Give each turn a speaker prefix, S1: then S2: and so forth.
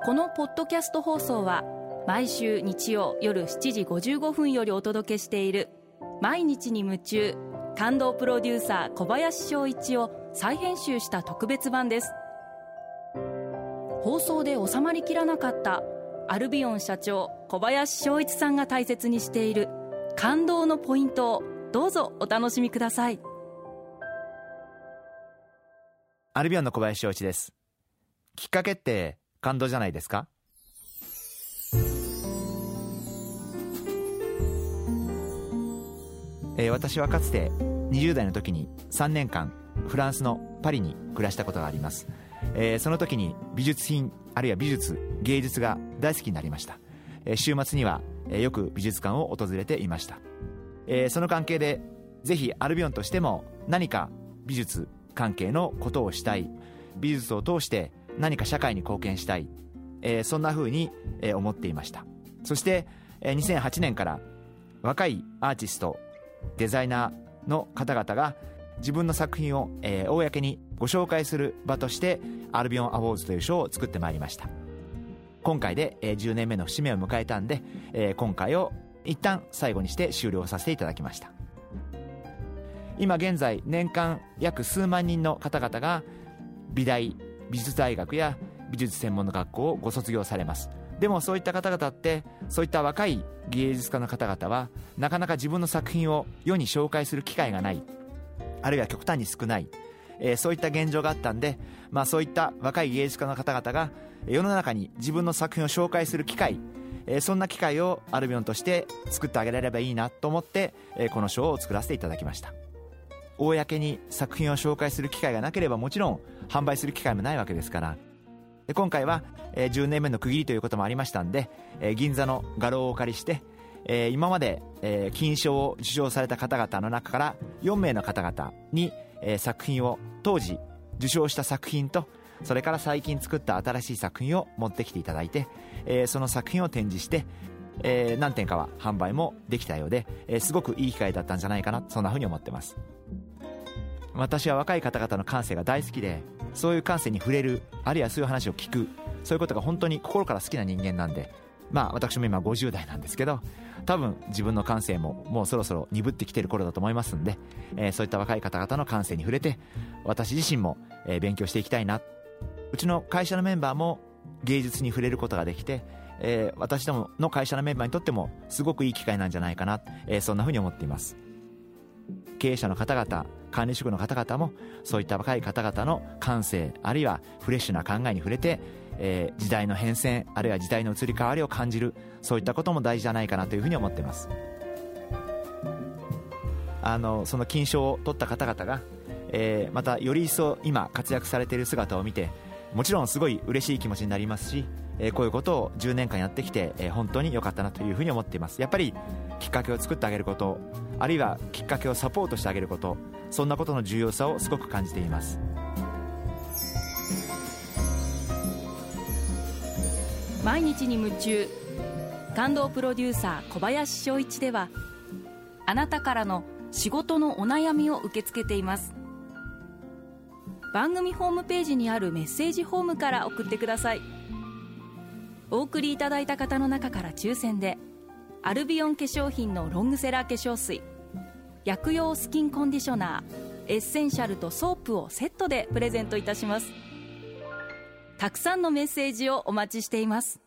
S1: このポッドキャスト放送は毎週日曜夜7時55分よりお届けしている毎日に夢中感動プロデューサー小林翔一を再編集した特別版です。放送で収まりきらなかったアルビオン社長小林翔一さんが大切にしている感動のポイントをどうぞお楽しみください。
S2: アルビオンの小林翔一です。きっかけって感動じゃないですか？私はかつて20代の時に3年間フランスのパリに暮らしたことがあります。その時に美術品あるいは美術芸術が大好きになりました。週末にはよく美術館を訪れていました。その関係でぜひアルビオンとしても何か美術関係のことをしたい、美術を通して何か社会に貢献したい、そんな風に思っていました。そして2008年から若いアーティストデザイナーの方々が自分の作品を公にご紹介する場としてアルビオンアウォーズという賞を作ってまいりました。今回で10年目の節目を迎えたんで今回を一旦最後にして終了させていただきました。今現在年間約数万人の方々が美大美術大学や美術専門の学校をご卒業されます。でもそういった方々ってそういった若い芸術家の方々はなかなか自分の作品を世に紹介する機会がない、あるいは極端に少ない、そういった現状があったんで、そういった若い芸術家の方々が世の中に自分の作品を紹介する機会、そんな機会をアルビオンとして作ってあげられればいいなと思ってこの賞を作らせていただきました。公に作品を紹介する機会がなければもちろん販売する機会もないわけですから、今回は10年目の区切りということもありましたんで、銀座の画廊をお借りして今まで金賞を受賞された方々の中から4名の方々に作品を、当時受賞した作品とそれから最近作った新しい作品を持ってきていただいて、その作品を展示して何点かは販売もできたようで、すごくいい機会だったんじゃないかな、そんなふうに思ってます。私は若い方々の感性が大好きで、そういう感性に触れる、あるいはそういう話を聞く、そういうことが本当に心から好きな人間なんで、私も今50代なんですけど、多分自分の感性ももうそろそろ鈍ってきてる頃だと思いますんで、そういった若い方々の感性に触れて私自身も勉強していきたいな。うちの会社のメンバーも芸術に触れることができて、私どもの会社のメンバーにとってもすごくいい機会なんじゃないかな、そんなふうに思っています。経営者の方々、管理職の方々もそういった若い方々の感性あるいはフレッシュな考えに触れて、時代の変遷あるいは時代の移り変わりを感じる、そういったことも大事じゃないかなというふうに思っています。その金賞を取った方々が、またより一層今活躍されている姿を見てもちろんすごい嬉しい気持ちになりますし、こういうことを10年間やってきて、本当に良かったなというふうに思っています。やっぱりきっかけを作ってあげること、あるいはきっかけをサポートしてあげること、そんなことの重要さをすごく感じています。
S1: 毎日に夢中感動プロデューサー小林翔一では、あなたからの仕事のお悩みを受け付けています。番組ホームページにあるメッセージフォームから送ってください。お送りいただいた方の中から抽選でアルビオン化粧品のロングセラー化粧水、薬用スキンコンディショナー、エッセンシャルとソープをセットでプレゼントいたします。たくさんのメッセージをお待ちしています。